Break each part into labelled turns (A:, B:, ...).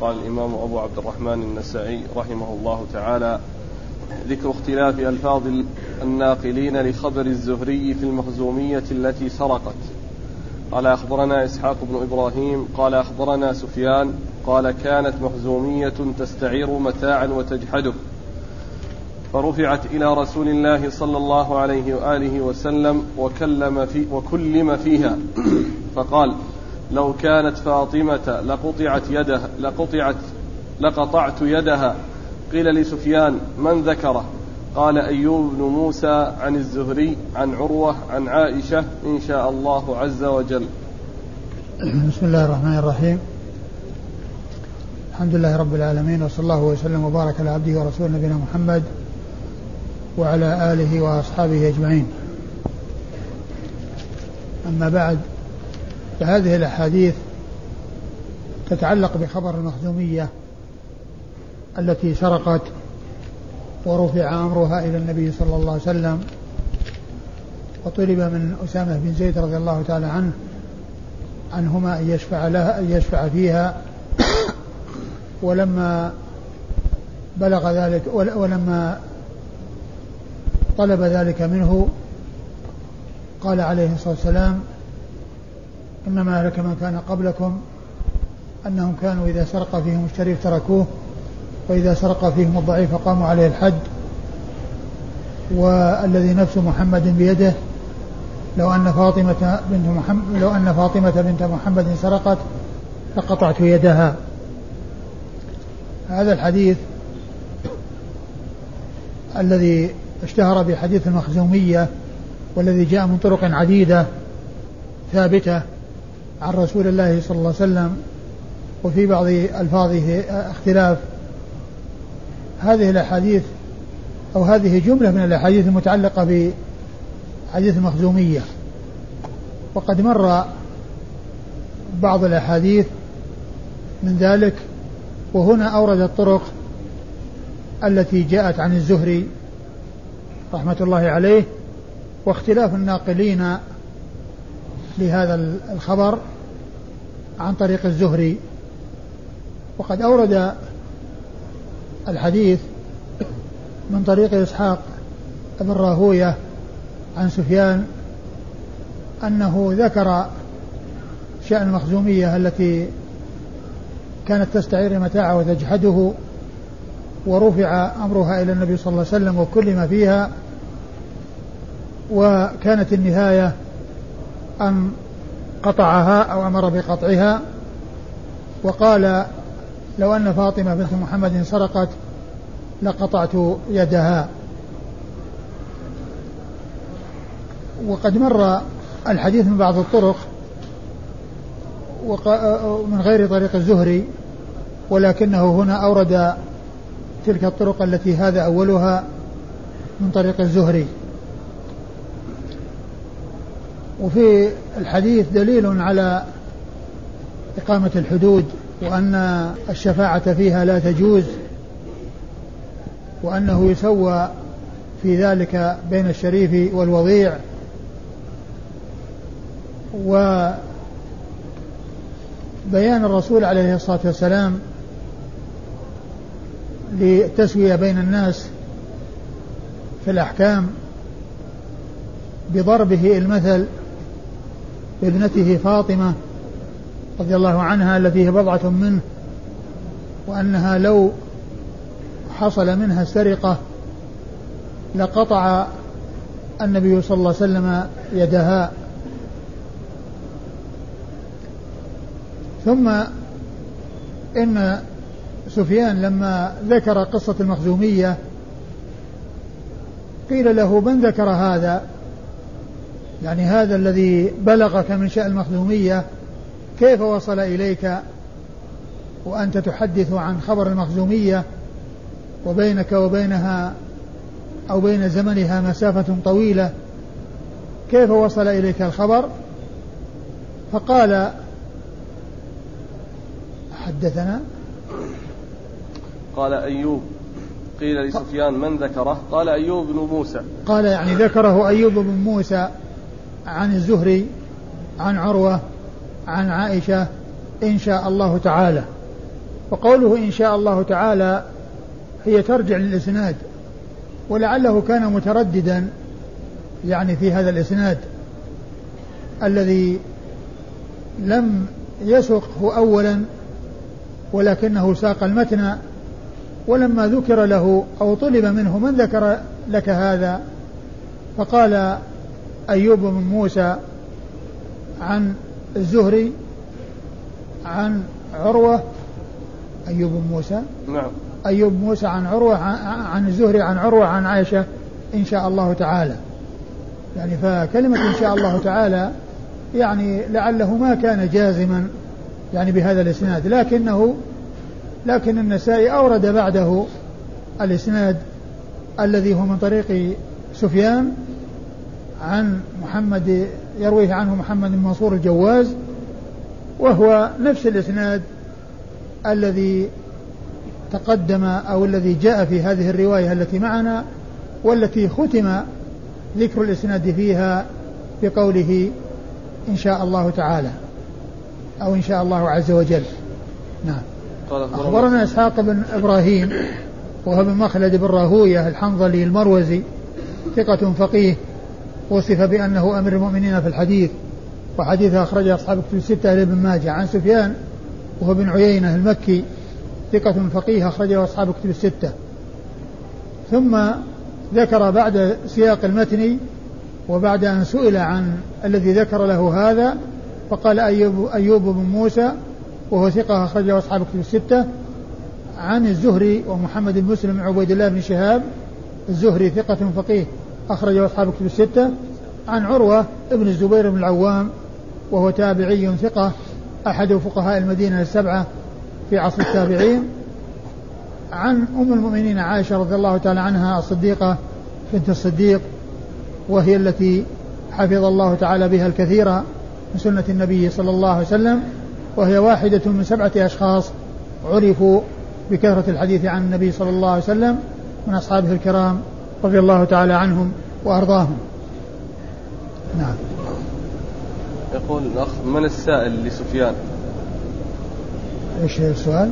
A: قال الإمام أبو عبد الرحمن النسائي رحمه الله تعالى: ذكر اختلاف ألفاظ الناقلين لخبر الزهري في المخزومية التي سرقت. قال أخبرنا إسحاق بن إبراهيم قال أخبرنا سفيان قال: كانت مخزومية تستعير متاعا وتجحده، فرفعت إلى رسول الله صلى الله عليه وآله وسلم وكلم فيها فقال: لو كانت فاطمة لقطعت يدها. قيل لسفيان: من ذكره؟ قال: أيوب بن موسى عن الزهري عن عروة عن عائشة إن شاء الله عز وجل.
B: بسم الله الرحمن الرحيم. الحمد لله رب العالمين، وصلى الله وسلم وبارك على عبده ورسوله نبينا محمد وعلى آله وأصحابه أجمعين. أما بعد، فهذه الأحاديث تتعلق بخبر المخزومية التي سرقت ورفع أمرها إلى النبي صلى الله عليه وسلم، وطلب من أسامة بن زيد رضي الله تعالى عنهما أن يشفع فيها. ولما بلغ ذلك ولما طلب ذلك منه قال عليه الصلاة والسلام: إنما أهلك من كان قبلكم أنهم كانوا إذا سرق فيهم الشريف تركوه، وإذا سرق فيهم الضعيف قاموا عليه الحد، والذي نفس محمد بيده لو أن فاطمة بنت محمد سرقت لقطعت يدها. هذا الحديث الذي اشتهر بحديث المخزومية، والذي جاء من طرق عديدة ثابتة عن رسول الله صلى الله عليه وسلم، وفي بعض ألفاظه اختلاف. هذه الأحاديث أو هذه جملة من الأحاديث المتعلقة بحديث المخزومية، وقد مر بعض الأحاديث من ذلك، وهنا أورد الطرق التي جاءت عن الزهري رحمة الله عليه، واختلاف الناقلين لهذا الخبر عن طريق الزهري. وقد أورد الحديث من طريق إسحاق بن راهوية عن سفيان أنه ذكر شأن المخزومية التي كانت تستعير متاعه وتجحده، ورفع أمرها إلى النبي صلى الله عليه وسلم وكلم فيها، وكانت النهاية أن قطعها أو أمر بقطعها، وقال: لو أن فاطمة بنت محمد سرقت لقطعت يدها. وقد مر الحديث من بعض الطرق من غير طريق الزهري، ولكنه هنا أورد تلك الطرق التي هذا أولها من طريق الزهري. وفي الحديث دليل على إقامة الحدود، وأن الشفاعة فيها لا تجوز، وأنه يسوى في ذلك بين الشريف والوضيع. وبيان الرسول عليه الصلاة والسلام للتسوية بين الناس في الأحكام بضربه المثل بابنته فاطمة رضي الله عنها التي هي بضعة منه، وأنها لو حصل منها السرقة لقطع النبي صلى الله عليه وسلم يدها. ثم إن سفيان لما ذكر قصة المخزومية قيل له: من ذكر هذا؟ يعني هذا الذي بلغك من شأن المخزومية كيف وصل إليك وأنت تحدث عن خبر المخزومية وبينك وبينها أو بين زمنها مسافة طويلة، كيف وصل إليك الخبر؟ فقال: حدثنا.
A: قال: أيوب. قيل لسفيان: من ذكره؟ قال: أيوب بن موسى.
B: قال: يعني ذكره أيوب بن موسى عن الزهري عن عروة عن عائشة إن شاء الله تعالى. وقوله إن شاء الله تعالى هي ترجع للإسناد، ولعله كان مترددا يعني في هذا الإسناد الذي لم يسقه أولا ولكنه ساق المتن، ولما ذكر له أو طلب منه من ذكر لك هذا فقال أيوب بن موسى عن الزهري عن عروة. أيوب بن موسى
A: نعم.
B: أيوب موسى عن عروة عن الزهري عن عروة عن عائشة إن شاء الله تعالى. يعني فكلمة إن شاء الله تعالى يعني لعله ما كان جازما يعني بهذا الإسناد، لكن النسائي أورد بعده الإسناد الذي هو من طريق سفيان عن محمد يرويه عنه محمد بن منصور الجواز، وهو نفس الإسناد الذي تقدم أو الذي جاء في هذه الرواية التي معنا، والتي ختم ذكر الإسناد فيها بقوله إن شاء الله تعالى أو إن شاء الله عز وجل. نعم. أخبرنا إسحاق بن إبراهيم وهو بن مخلد بن راهوية الحنظلي المروزي ثقة فقيه، وصف بأنه أمير المؤمنين في الحديث، وحديثه أخرجه أصحاب كتب الستة لابن ماجه. عن سفيان وهو بن عيينة المكي ثقة فقيه أخرجه أصحاب كتب الستة. ثم ذكر بعد سياق المتن وبعد أن سئل عن الذي ذكر له هذا فقال أيوب بن موسى وهو ثقة أخرجه أصحاب كتب الستة عن الزهري ومحمد بن مسلم عبيد الله بن شهاب الزهري ثقة فقيه أخرجه أصحاب كتب الستة عن عروة ابن الزبير بن العوام وهو تابعي ثقة أحد فقهاء المدينة السبعة في عصر التابعين، عن أم المؤمنين عائشة رضي الله تعالى عنها الصديقة بنت الصديق، وهي التي حفظ الله تعالى بها الكثير من سنة النبي صلى الله عليه وسلم، وهي واحدة من 7 أشخاص عرفوا بكثرة الحديث عن النبي صلى الله عليه وسلم من أصحابه الكرام رضي الله تعالى عنهم وأرضاهم. نعم.
A: يقول الأخ من السائل لسفيان؟
B: إيش السؤال؟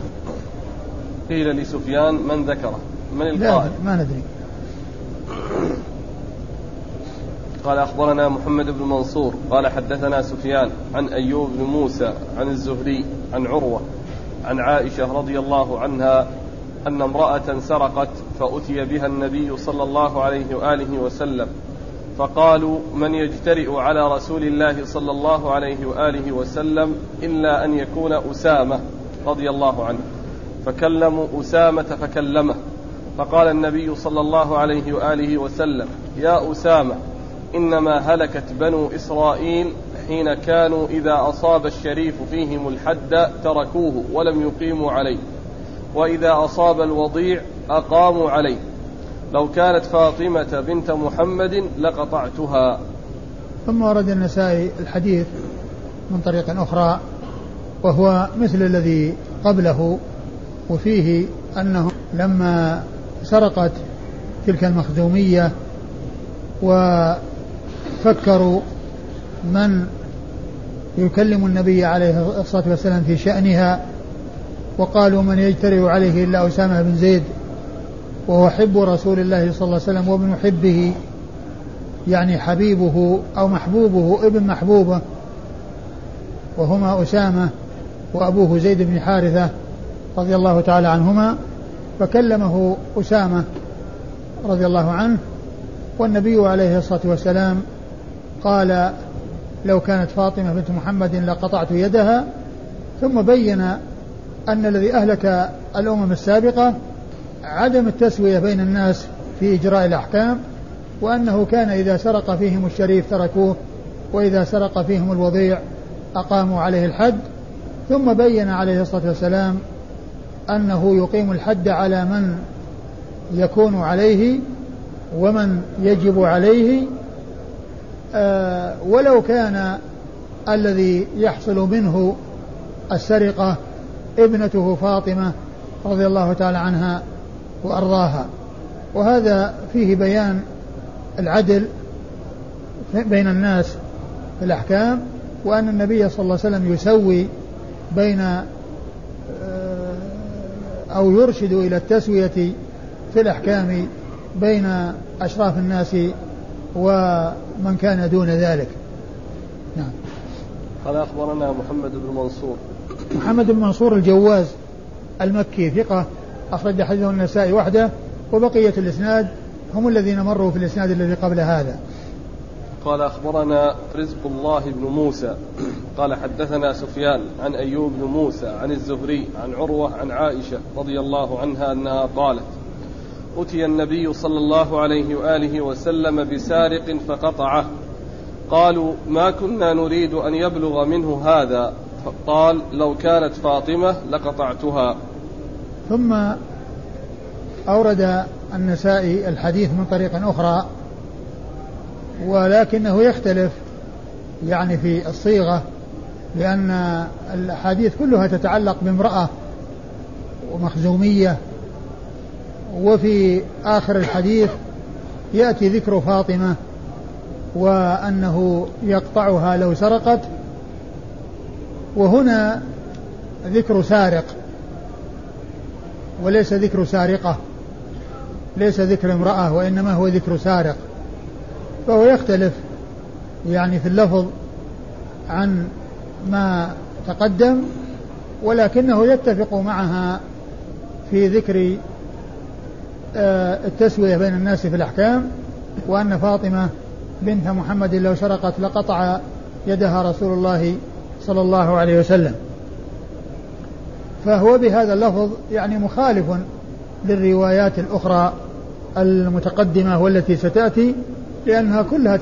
A: قيل لسفيان من ذكره؟ من القائل؟
B: ما ندري.
A: قال أخبرنا محمد بن منصور قال حدثنا سفيان عن أيوب بن موسى عن الزهري عن عروة عن عائشة رضي الله عنها أن امرأة سرقت فأتي بها النبي صلى الله عليه وآله وسلم فقالوا من يجترئ على رسول الله صلى الله عليه وآله وسلم إلا أن يكون أسامة رضي الله عنه، فكلموا أسامة فكلمه، فقال النبي صلى الله عليه وآله وسلم يا أسامة إنما هلكت بنو إسرائيل حين كانوا إذا أصاب الشريف فيهم الحد تركوه ولم يقيموا عليه، وإذا أصاب الوضيع أقاموا عليه، لو كانت فاطمة بنت محمد لقطعتها.
B: ثم ورد النسائي الحديث من طريق أخرى وهو مثل الذي قبله، وفيه أنه لما سرقت تلك المخزومية وفكروا من يكلم النبي عليه الصلاة والسلام في شأنها، وقالوا من يجترئ عليه إلا أسامة بن زيد وهو حب رسول الله صلى الله عليه وسلم وابن حبه، يعني حبيبه أو محبوبه ابن محبوبه، وهما أسامة وأبوه زيد بن حارثة رضي الله تعالى عنهما، فكلمه أسامة رضي الله عنه، والنبي عليه الصلاة والسلام قال لو كانت فاطمة بنت محمد لقطعت يدها، ثم بين أن الذي أهلك الأمم السابقة عدم التسوية بين الناس في إجراء الأحكام، وأنه كان إذا سرق فيهم الشريف تركوه، وإذا سرق فيهم الوضيع أقاموا عليه الحد، ثم بين عليه الصلاة والسلام أنه يقيم الحد على من يكون عليه ومن يجب عليه، ولو كان الذي يحصل منه السرقة ابنته فاطمة رضي الله تعالى عنها وأرضاها. وهذا فيه بيان العدل بين الناس في الأحكام، وأن النبي صلى الله عليه وسلم يسوي بين أو يرشد إلى التسوية في الأحكام بين أشراف الناس ومن كان دون ذلك. نعم.
A: قال أخبرنا محمد بن منصور.
B: محمد بن منصور الجواز المكي ثقة أخرج حديثه النسائي وحده، وبقية الإسناد هم الذين مروا في الإسناد الذي قبل هذا.
A: قال أخبرنا رزق الله بن موسى قال حدثنا سفيان عن أيوب بن موسى عن الزهري عن عروة عن عائشة رضي الله عنها أنها قالت: أتي النبي صلى الله عليه وآله وسلم بسارق فقطعه، قالوا: ما كنا نريد أن يبلغ منه هذا، قال: لو كانت فاطمة لقطعتها.
B: ثم أورد النسائي الحديث من طريق أخرى، ولكنه يختلف يعني في الصيغة، لأن الحديث كلها تتعلق بامرأة ومخزومية، وفي آخر الحديث يأتي ذكر فاطمة وأنه يقطعها لو سرقت، وهنا ذكر سارق وليس ذكر سارقة، ليس ذكر امرأة وإنما هو ذكر سارق، فهو يختلف يعني في اللفظ عن ما تقدم، ولكنه يتفق معها في ذكر التسوية بين الناس في الأحكام، وأن فاطمة بنت محمد لو سرقت لقطع يدها رسول الله صلى الله عليه وسلم. فهو بهذا اللفظ يعني مخالف للروايات الأخرى المتقدمة والتي ستأتي، لأنها كلها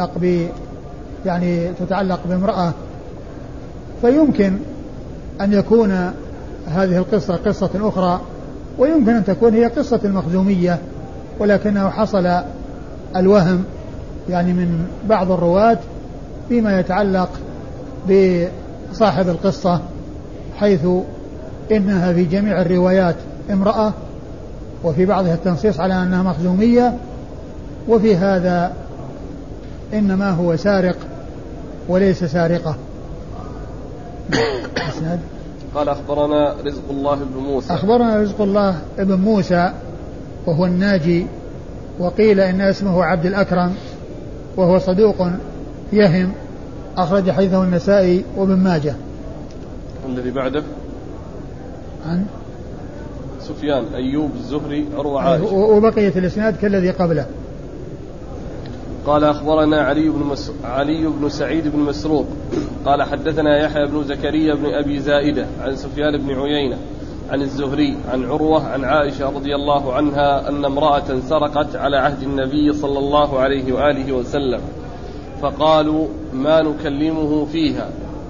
B: تتعلق بامرأة، فيمكن أن يكون هذه القصة قصة أخرى، ويمكن أن تكون هي قصة المخزومية، ولكنه حصل الوهم يعني من بعض الرواة فيما يتعلق بصاحب القصة، حيث إنها في جميع الروايات امرأة، وفي بعضها التنصيص على أنها مخزومية، وفي هذا إنما هو سارق وليس سارقة.
A: قال أخبرنا رزق الله بن موسى.
B: أخبرنا رزق الله بن موسى وهو الناجي، وقيل إن اسمه عبد الأكرم، وهو صدوق يهم، أخرج حديثه النسائي وابن ماجه.
A: الذي بعده
B: عن
A: سفيان أيوب الزهري عروة عائشة،
B: وبقية الإسناد كالذي قبله.
A: قال أخبرنا علي بن سعيد بن مسروق قال حدثنا يحيى بن زكريا بن أبي زائدة عن سفيان بن عيينة عن الزهري عن عروة عن عائشة رضي الله عنها أن امرأة سرقت على عهد النبي صلى الله عليه وآله وسلم، فقالوا: ما نكلمه فيها،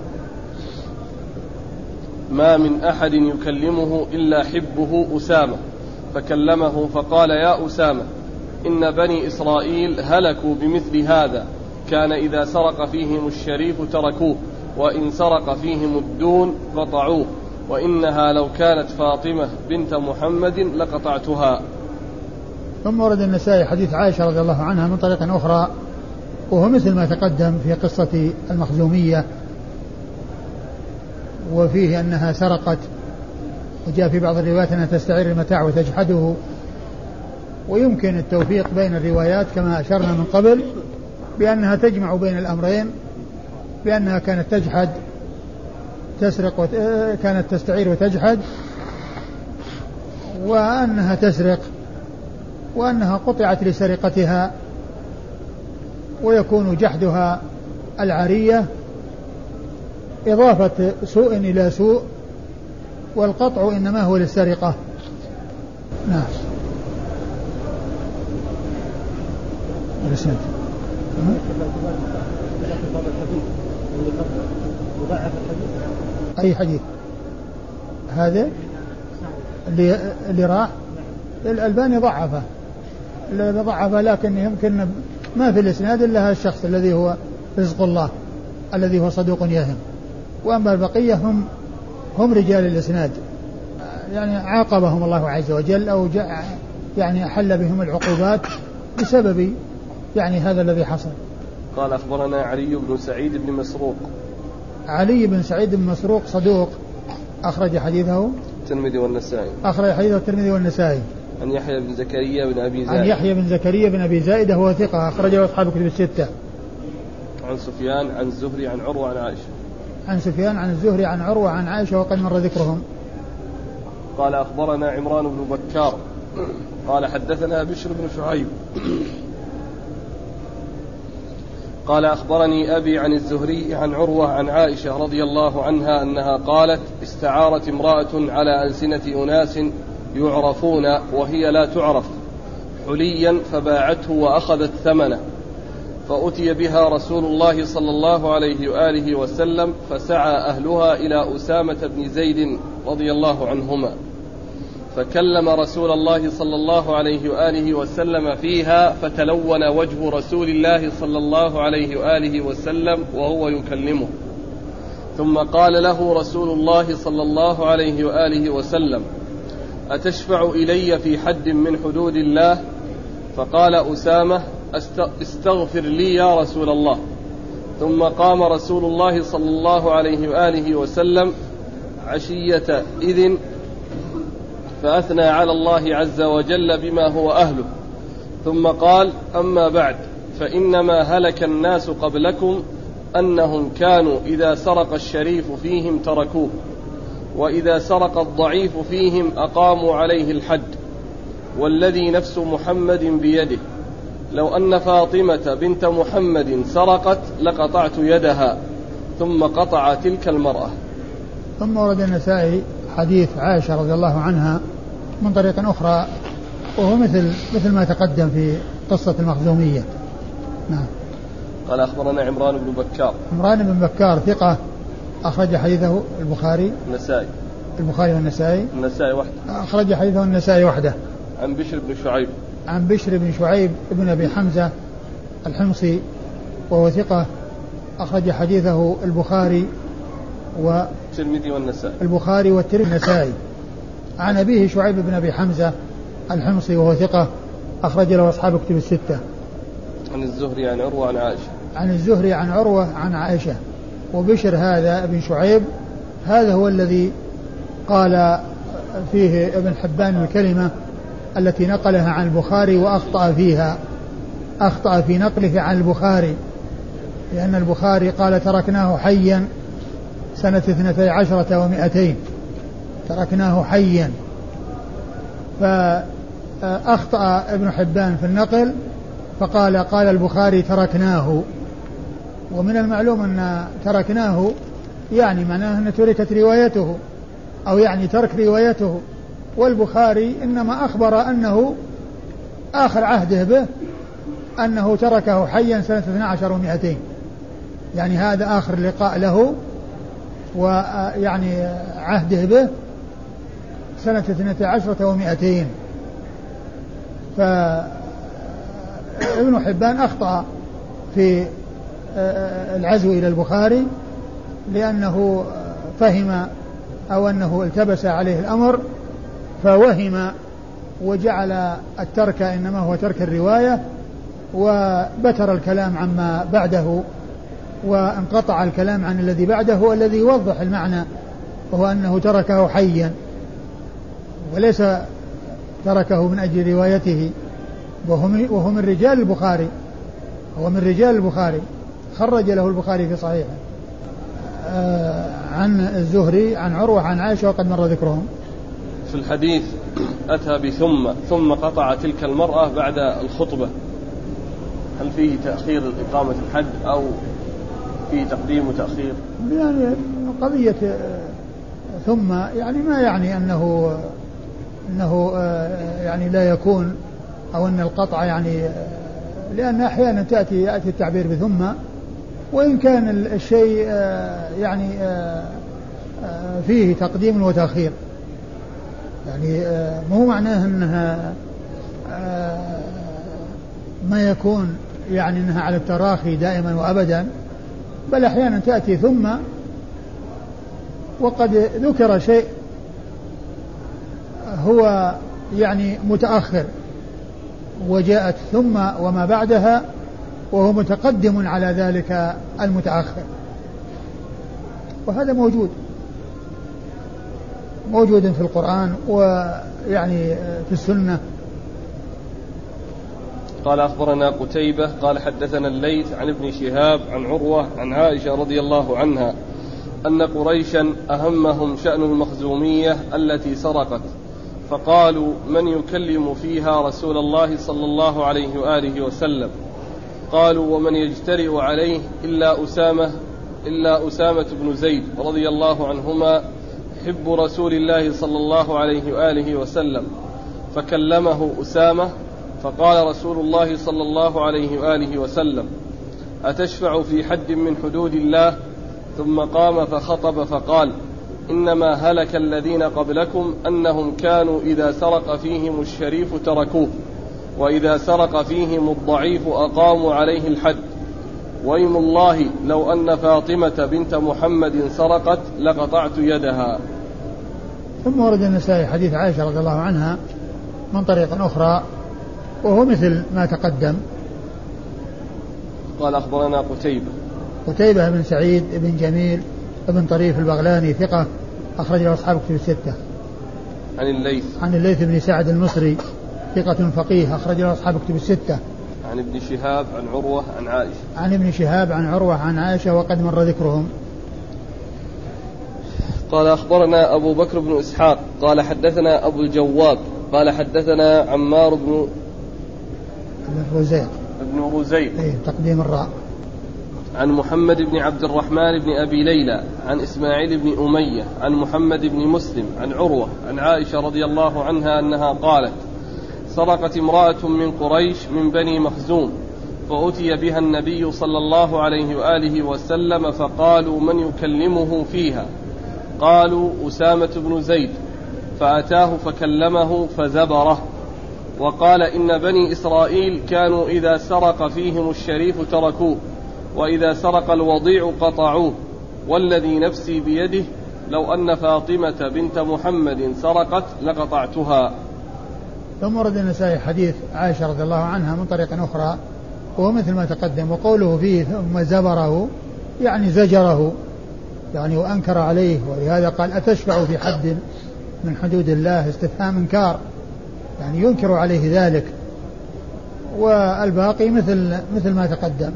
A: ما من أحد يكلمه إلا حبه أسامة، فكلمه فقال: يا أسامة، إن بني إسرائيل هلكوا بمثل هذا، كان إذا سرق فيهم الشريف تركوه، وإن سرق فيهم الدون قطعوه، وإنها لو كانت فاطمة بنت محمد لقطعتها.
B: ثم ورد النسائي حديث عائشة رضي الله عنها من طريق أخرى، وهو مثل ما تقدم في قصة المخزومية، وفيه أنها سرقت، وجاء في بعض الروايات أنها تستعير المتاع وتجحده، ويمكن التوفيق بين الروايات كما أشرنا من قبل بأنها تجمع بين الأمرين، بأنها كانت تجحد تسرق كانت تستعير وتجحد، وأنها تسرق، وأنها قطعت لسرقتها، ويكون جحدها العارية إضافة سوء إلى سوء، والقطع إنما هو للسرقة. نعم. أي حديث هذا اللي راح الألباني ضعفه، لكن يمكن ما في الإسناد إلا هذا الشخص الذي هو رزق الله الذي هو صدوق يهم، وأما البقية هم رجال الإسناد، يعني عاقبهم الله عز وجل أو يعني أحل بهم العقوبات بسبب يعني هذا الذي حصل.
A: قال أخبرنا علي بن سعيد بن مسروق.
B: علي بن سعيد بن مسروق صدوق أخرج حديثه
A: الترمذي والنسائي.
B: أخرج حديثه الترمذي والنسائي.
A: عن يحيى بن زكريا بن أبي زائدة.
B: عن يحيى بن زكريا بن أبي زائدة هو ثقة أخرجه أصحاب الكتب الستة.
A: عن سفيان عن الزهري عن عروة عن عائشة.
B: عن سفيان عن الزهري عن عروة عن عائشة وقد مر ذكرهم.
A: قال أخبرنا عمران بن بكار قال حدثنا بشر بن شعيب قال أخبرني أبي عن الزهري عن عروة عن عائشة رضي الله عنها أنها قالت استعارت امرأة على ألسنة أناس يعرفون وهي لا تعرف حليا فباعته وأخذت ثمنه، فأتي بها رسول الله صلى الله عليه وآله وسلم فسعى أهلها إلى أسامة بن زيد رضي الله عنهما، فكلم رسول الله صلى الله عليه وآله وسلم فيها، فتلون وجه رسول الله صلى الله عليه وآله وسلم وهو يكلمه، ثم قال له رسول الله صلى الله عليه وآله وسلم أتشفع إلي في حد من حدود الله؟ فقال أسامة استغفر لي يا رسول الله. ثم قام رسول الله صلى الله عليه وآله وسلم عشية إذن فأثنى على الله عز وجل بما هو أهله، ثم قال أما بعد فإنما هلك الناس قبلكم أنهم كانوا إذا سرق الشريف فيهم تركوه، وإذا سرق الضعيف فيهم أقاموا عليه الحد، والذي نفس محمد بيده لو أن فاطمة بنت محمد سرقت لقطعت يدها، ثم قطع تلك المرأة.
B: ثم ورد النسائي حديث عائشة رضي الله عنها من طريق أخرى وهو مثل ما تقدم في قصة المخزومية. نعم.
A: قال أخبرنا عمران بن بكار.
B: عمران بن بكار ثقة أخرج حديثه البخاري والنسائي.
A: النسائي وحده. أخرج
B: حديثه النسائي وحده.
A: عن بشر بن شعيب.
B: عن بشر بن شعيب ابن أبي حمزة الحمصي وهو ثقة أخرج حديثه البخاري
A: والترمذي والنسائي.
B: البخاري والترمذي والنسائي. عن أبيه شعيب بن أبي حمزة الحمصي وهو ثقة أخرج له أصحاب الكتب الستة.
A: عن الزهري عن عروة عن عائشة.
B: عن الزهري عن عروة عن عائشة. وبشر هذا ابن شعيب هذا هو الذي قال فيه ابن حبان الكلمة التي نقلها عن البخاري وأخطأ فيها، أخطأ في نقله عن البخاري، لأن البخاري قال تركناه حيا سنة 12 و200، تركناه حيا، فأخطأ ابن حبان في النقل فقال قال البخاري تركناه، ومن المعلوم أن تركناه يعني معناه أن تركت روايته أو يعني ترك روايته، والبخاري إنما أخبر أنه آخر عهده به أنه تركه حيا سنة 12 و200، يعني هذا آخر لقاء له ويعني عهده به سنة 12 و200. فابن حبان أخطأ في العزو إلى البخاري لأنه فهم أو أنه التبس عليه الأمر فوهم وجعل الترك إنما هو ترك الرواية، وبتر الكلام عما بعده وانقطع الكلام عن الذي بعده الذي يوضح المعنى، وهو أنه تركه حيا وليس تركه من أجل روايته، وهو من رجال البخاري، هو من رجال البخاري، خرج له البخاري في صحيحه. عن الزهري عن عروة عن عائشة وقد مر ذكرهم.
A: في الحديث أتى ثم قطع تلك المرأة بعد الخطبة، هل فيه تأخير إقامة الحد أو فيه تقديم وتأخير؟
B: يعني قضية ثم يعني ما يعني أنه يعني لا يكون أو أن القطع يعني، لأن أحيانا يأتي التعبير بثم وإن كان الشيء يعني فيه تقديم وتأخير، يعني مو معناه أنها ما يكون يعني أنها على التراخي دائما وأبدا، بل أحيانا تأتي ثم وقد ذكر شيء هو يعني متأخر وجاءت ثم وما بعدها وهو متقدم على ذلك المتأخر، وهذا موجود. موجود في القرآن ويعني في السنة.
A: قال أخبرنا قتيبة قال حدثنا الليث عن ابن شهاب عن عروة عن عائشة رضي الله عنها أن قريشا أهمهم شأن المخزومية التي سرقت، فقالوا من يكلم فيها رسول الله صلى الله عليه وآله وسلم؟ قالوا ومن يجترئ عليه إلا أسامة بن زيد رضي الله عنهما حب رسول الله صلى الله عليه وآله وسلم. فكلمه أسامة فقال رسول الله صلى الله عليه وآله وسلم أتشفع في حد من حدود الله؟ ثم قام فخطب فقال إنما هلك الذين قبلكم أنهم كانوا إذا سرق فيهم الشريف تركوه، وإذا سرق فيهم الضعيف أقاموا عليه الحد، وإيم الله لو أن فاطمة بنت محمد سرقت لقطعت يدها.
B: ثم ورد النسائي حديث عائشة رضي الله عنها من طريق أخرى وهو مثل ما تقدم.
A: قال أخبرنا
B: قتيبة بن سعيد بن جميل بن طريف البغلاني ثقة أخرج له أصحاب كتب الستة.
A: عن
B: الليث بن سعد المصري ثقة فقيه أخرج له أصحاب كتب الستة.
A: عن ابن شهاب عن عروة عن عائشة.
B: عن ابن شهاب عن عروة عن عائشة وقد مر ذكرهم.
A: قال أخبرنا أبو بكر بن إسحاق قال حدثنا أبو الجواب قال حدثنا عمار بن رزيق
B: تقديم الراء.
A: عن محمد بن عبد الرحمن بن أبي ليلى عن إسماعيل بن أمية عن محمد بن مسلم عن عروة عن عائشة رضي الله عنها أنها قالت سرقت امرأة من قريش من بني مخزوم، فأتي بها النبي صلى الله عليه وآله وسلم فقالوا من يكلمه فيها؟ قالوا أسامة بن زيد، فأتاه فكلمه فزبره وقال إن بني إسرائيل كانوا إذا سرق فيهم الشريف تركوه، وإذا سرق الوضيع قطعوه، والذي نفسي بيده لو أن فاطمة بنت محمد سرقت لقطعتها.
B: ثم ورد النسائي حديث عائشة رضي الله عنها من طريق أخرى وهو مثل ما تقدم، وقوله فيه ثم زبره يعني زجره يعني وأنكر عليه، ولهذا قال أتشفع في حد من حدود الله، استفهام إنكار يعني ينكر عليه ذلك، والباقي مثل ما تقدم.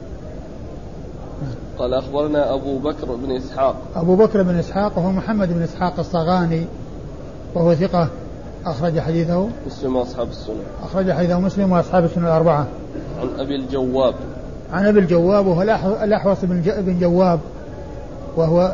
A: قال أخبرنا أبو بكر بن إسحاق
B: وهو محمد بن إسحاق الصغاني وهو ثقة أخرج حديثه
A: مسلم وأصحاب السنة.
B: أخرج حديثه مسلم وأصحاب السنة الأربعة.
A: عن
B: أبي الجواب وهو الأحوص بن جواب وهو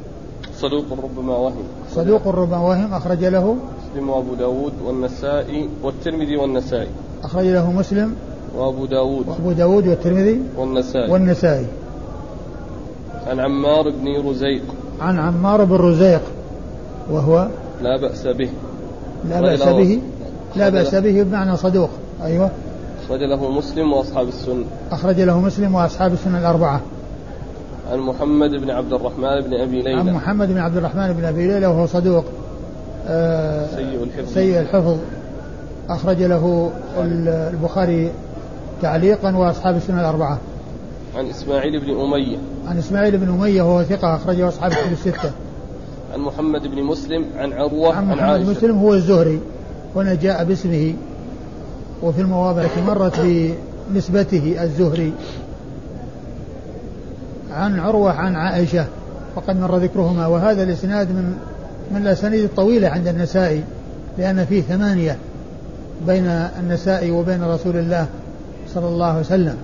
B: صدوق ربما وهم أخرج له
A: مسلم وأبو داود والترمذي والنسائي.
B: أخرج له مسلم
A: وأبو
B: داود والترمذي والنسائي.
A: عن عمار بن رزيق
B: وهو
A: لا بأس به
B: بمعنى صدوق. أيوة.
A: أخرج له مسلم وأصحاب السنة الأربعة. عن محمد بن عبد الرحمن بن أبي ليلى وهو صدوق سيء الحفظ أخرج له البخاري تعليقا وأصحاب السنة الأربعة. عن إسماعيل بن أمية
B: وهو ثقة أخرجه أصحاب الكتب الستة.
A: عن محمد بن مسلم عن عروة
B: عن محمد مسلم هو الزهري، هنا جاء باسمه وفي المواضع التي مرت بنسبته الزهري. عن عروة عن عائشة وقد مر ذكرهما، وهذا الإسناد من الأسانيد الطويلة عند النسائي، لأن فيه 8 بين النسائي وبين رسول الله صلى الله عليه وسلم،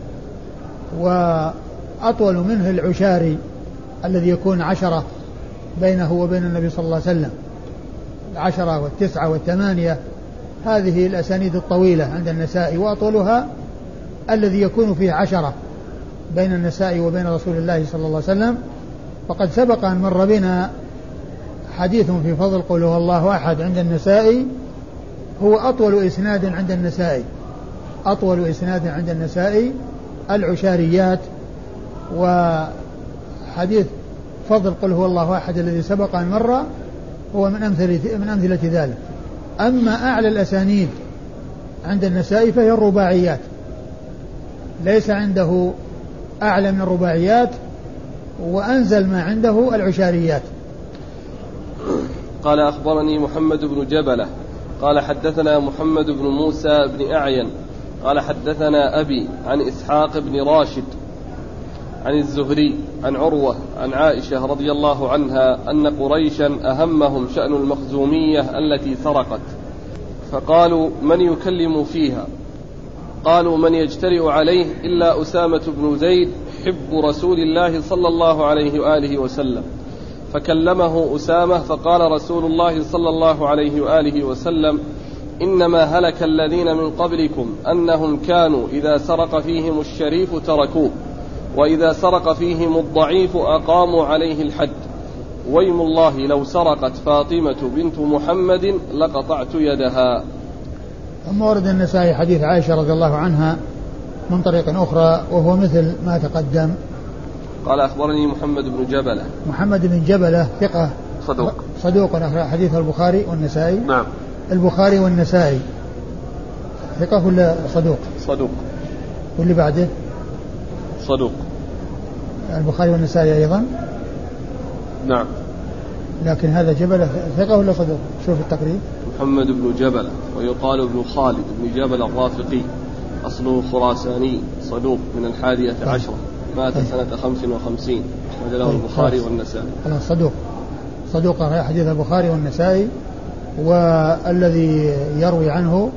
B: وأطول منه العشاري الذي يكون 10 بينه وبين النبي صلى الله عليه وسلم، 10 والتسعة والثمانية، هذه الأسانيد الطويلة عند النسائي، وأطولها الذي يكون فيه 10 بين النسائي وبين رسول الله صلى الله عليه وسلم. وقد سبق أن مر بنا حديث في فضل قل هو الله أحد عند النسائي، هو أطول إسناد عند النسائي العشاريات، وحديث فضل قل هو الله أحد الذي سبق أن مر هو من أمثلة ذلك. أما أعلى الأسانيد عند النسائي فهي الرباعيات، ليس عنده أعلى من الرباعيات، وأنزل ما عنده العشاريات.
A: قال أخبرني محمد بن جبلة قال حدثنا محمد بن موسى بن أعين قال حدثنا أبي عن إسحاق بن راشد عن الزهري عن عروة عن عائشة رضي الله عنها أن قريشا أهمهم شأن المخزومية التي سرقت، فقالوا من يكلم فيها؟ قالوا من يجترئ عليه إلا أسامة بن زيد حب رسول الله صلى الله عليه وآله وسلم، فكلمه أسامة فقال رسول الله صلى الله عليه وآله وسلم إنما هلك الذين من قبلكم أنهم كانوا إذا سرق فيهم الشريف تركوه، وإذا سرق فيهم الضعيف أقاموا عليه الحد، ويم الله لو سرقت فاطمة بنت محمد لقطعت يدها.
B: ثم ورد النسائي حديث عائشة رضي الله عنها من طريق أخرى وهو مثل ما تقدم.
A: قال أخبرني محمد بن جبلة.
B: محمد بن جبلة ثقة صدوق حديث البخاري والنسائي.
A: نعم.
B: البخاري والنسائي ثقة ولا صدوق؟
A: صدوق.
B: واللي بعده؟
A: صدوق.
B: البخاري والنسائي أيضا.
A: نعم.
B: لكن هذا جبلة ثقة ولا صدوق؟ شوف التقريب.
A: محمد بن جبلة ويقال ابن خالد بن جبل الرافقي، أصله خراساني، صدوق من 11 مات سنة 55، أخرج له البخاري والنسائي.
B: صدوق حديث البخاري والنسائي. والذي يروي عنه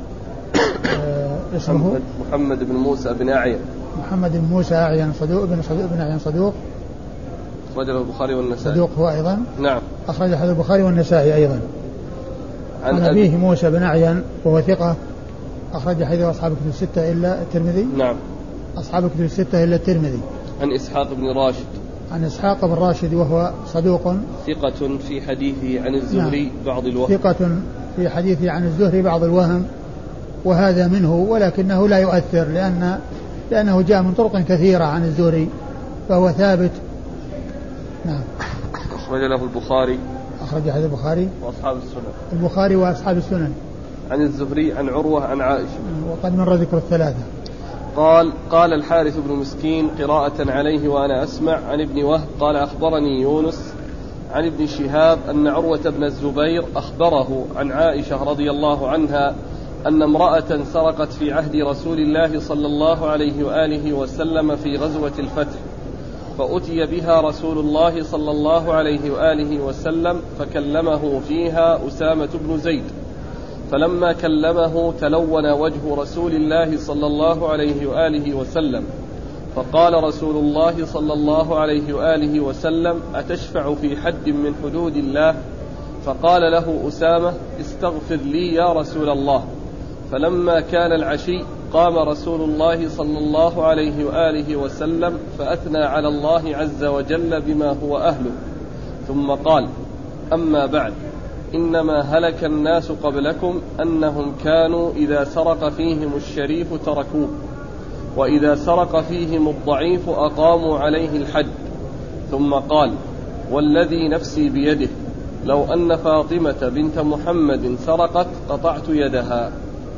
B: اسمه
A: محمد بن موسى بن أعين.
B: محمد بن موسى أعين صدوق بن أعين صدوق،
A: أخرج له البخاري والنسائي.
B: صدوق هو أيضا.
A: نعم.
B: أخرج حديث البخاري والنسائي أيضا. عن أبيه موسى بن أعين وهو ثقة، أخرج حديث أصحاب الكتب الستة إلا الترمذي.
A: نعم.
B: أصحاب الكتب الستة إلا الترمذي.
A: عن إسحاق بن راشد.
B: عن إسحاق بن راشد وهو صدوق
A: ثقة في حديثه عن الزهري. نعم. بعض الوهم.
B: ثقة في حديثه عن الزهري بعض الوهم، وهذا منه، ولكنه لا يؤثر لأنه جاء من طرق كثيرة عن الزهري فهو ثابت. نعم.
A: أخرج له البخاري.
B: أخرج حديث البخاري
A: وأصحاب السنن.
B: البخاري وأصحاب السنن.
A: عن الزهري عن عروة عن عائشة.
B: وقد مر ذكر الثلاثة.
A: قال الحارث بن مسكين قراءة عليه وأنا أسمع عن ابن وهب قال أخبرني يونس عن ابن شهاب أن عروة بن الزبير أخبره عن عائشة رضي الله عنها أن امرأة سرقت في عهد رسول الله صلى الله عليه وآله وسلم في غزوة الفتح، فأتي بها رسول الله صلى الله عليه وآله وسلم فكلمه فيها أسامة بن زيد، فلما كلمه تلون وجه رسول الله صلى الله عليه وآله وسلم، فقال رسول الله صلى الله عليه وآله وسلم أتشفع في حد من حدود الله؟ فقال له أسامة استغفر لي يا رسول الله. فلما كان العشي قام رسول الله صلى الله عليه وآله وسلم فأثنى على الله عز وجل بما هو أهله، ثم قال أما بعد إنما هلك الناس قبلكم أنهم كانوا إذا سرق فيهم الشريف تركوه، وإذا سرق فيهم الضعيف أقاموا عليه الحد، ثم قال والذي نفسي بيده لو أن فاطمة بنت محمد سرقت قطعت يدها.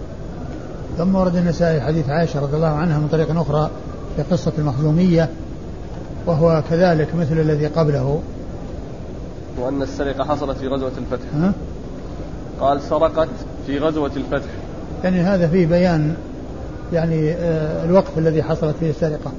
B: ثم ورد النسائي حديث عائشة رضي الله عنها من طريق أخرى في قصة المخزومية، وهو كذلك مثل الذي قبله،
A: وأن السرقة حصلت في غزوة الفتح. قال سرقت في غزوة الفتح،
B: يعني هذا فيه بيان يعني الوقت الذي حصلت فيه السرقة.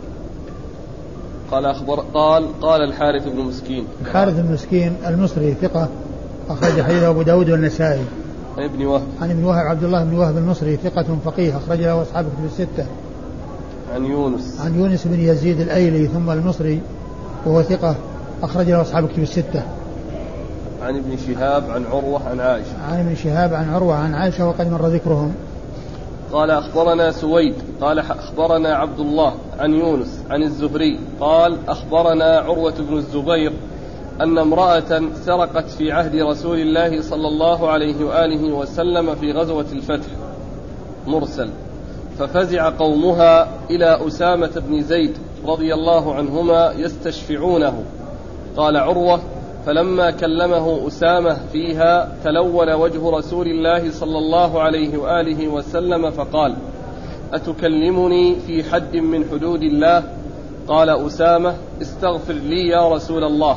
A: قال الحارث بن مسكين.
B: الحارث بن مسكين المصري ثقة، أخرج حديثه أبو داود والنسائي.
A: عن ابن وهب.
B: عن ابن وهب عبد الله بن وهب المصري ثقة فقيه، أخرج له أصحاب الكتب الستة.
A: عن يونس
B: بن يزيد الأيلي ثم المصري وهو ثقة، أخرج له أصحاب الكتب الستة.
A: عن ابن شهاب عن عروة عن عائشة.
B: عن ابن شهاب عن عروة عن عائشة وقد مر ذكرهم.
A: قال أخبرنا سويد قال أخبرنا عبد الله عن يونس عن الزهري قال أخبرنا عروة بن الزبير أن امرأة سرقت في عهد رسول الله صلى الله عليه وآله وسلم في غزوة الفتح مرسل، ففزع قومها إلى أسامة بن زيد رضي الله عنهما يستشفعونه. قال عروة فلما كلمه أسامة فيها تلون وجه رسول الله صلى الله عليه وآله وسلم فقال أتكلمني في حد من حدود الله؟ قال أسامة استغفر لي يا رسول الله.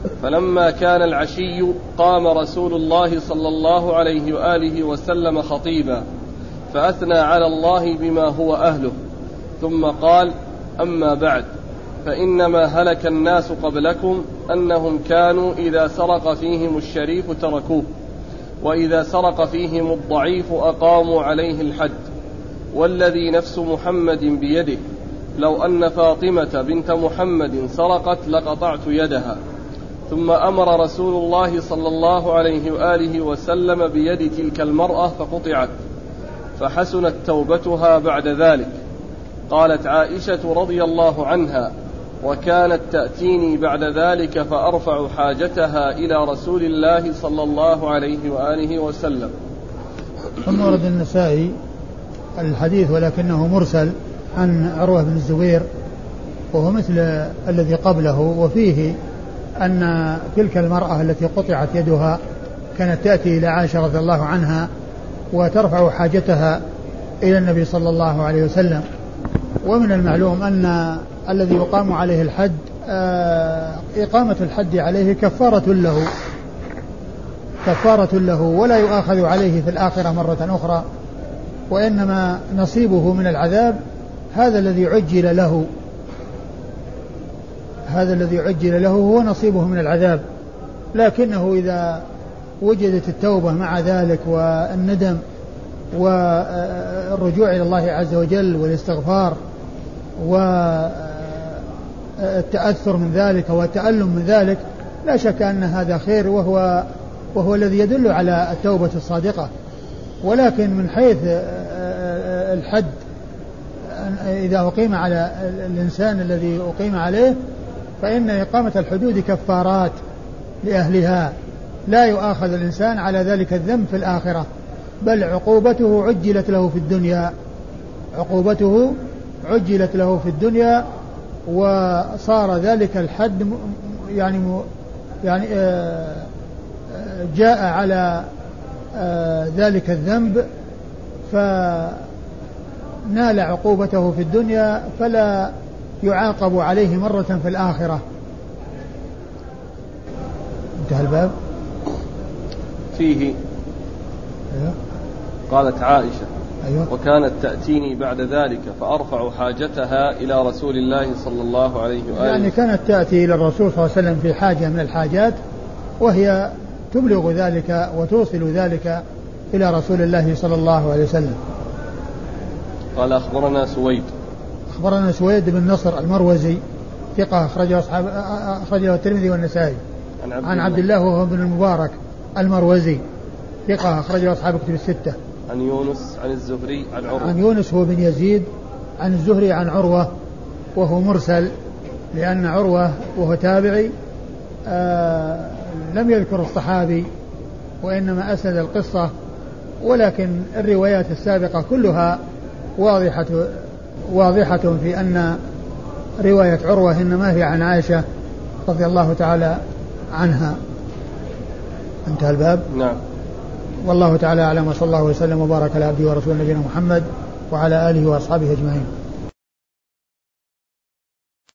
A: فلما كان العشي قام رسول الله صلى الله عليه وآله وسلم خطيبا فأثنى على الله بما هو أهله، ثم قال: أما بعد، فإنما هلك الناس قبلكم أنهم كانوا إذا سرق فيهم الشريف تركوه، وإذا سرق فيهم الضعيف أقاموا عليه الحد، والذي نفس محمد بيده لو أن فاطمة بنت محمد سرقت لقطعت يدها. ثم أمر رسول الله صلى الله عليه وآله وسلم بيد تلك المرأة فقطعت، فحسنت توبتها بعد ذلك. قالت عائشة رضي الله عنها: وكانت تأتيني بعد ذلك فأرفع حاجتها إلى رسول الله صلى الله عليه وآله وسلم.
B: ثم ورد النسائي الحديث ولكنه مرسل عن عروة بن الزبير، وهو مثل الذي قبله، وفيه أن تلك المرأة التي قطعت يدها كانت تأتي إلى عائشة رضي الله عنها وترفع حاجتها إلى النبي صلى الله عليه وسلم. ومن المعلوم أن الذي يقام عليه الحد إقامة الحد عليه كفارة له ولا يؤاخذ عليه في الآخرة مرة أخرى، وإنما نصيبه من العذاب هذا الذي عجل له هو نصيبه من العذاب. لكنه إذا وجدت التوبة مع ذلك والندم والرجوع إلى الله عز وجل والاستغفار والتأثر من ذلك والتألم من ذلك، لا شك أن هذا خير، وهو الذي يدل على التوبة الصادقة. ولكن من حيث الحد إذا أقيم على الإنسان الذي أقيم عليه فإن إقامة الحدود كفارات لأهلها، لا يؤاخذ الإنسان على ذلك الذنب في الآخرة، بل عقوبته عجلت له في الدنيا وصار ذلك الحد يعني جاء على ذلك الذنب فنال عقوبته في الدنيا فلا يعاقب عليه مرة في الآخرة. انتهى الباب.
A: فيه
B: أيوه.
A: قالت عائشة:
B: أيوه.
A: وكانت تأتيني بعد ذلك فأرفع حاجتها إلى رسول الله صلى الله عليه وآله.
B: يعني كانت تأتي إلى الرسول صلى الله عليه وسلم في حاجة من الحاجات، وهي تبلغ ذلك وتوصل ذلك إلى رسول الله صلى الله عليه وسلم.
A: قال: أخبرنا
B: سويد بن نصر المروزي ثقة أخرجه الترمذي والنسائي. عن عبد الله وهو بن المبارك المروزي ثقة أخرجه أصحاب الكتب الستة.
A: عن يونس عن الزهري عن عروة.
B: عن يونس هو بن يزيد عن الزهري عن عروة وهو مرسل، لأن عروة وهو تابعي لم يذكر الصحابي وإنما أسند القصة، ولكن الروايات السابقة كلها واضحة في أن رواية عروة إنما هي عن عائشة رضي الله تعالى عنها. انتهى الباب.
A: نعم.
B: والله تعالى أعلم، وصلى الله وسلم وبارك على عبده ورسوله نبينا محمد وعلى آله وأصحابه أجمعين.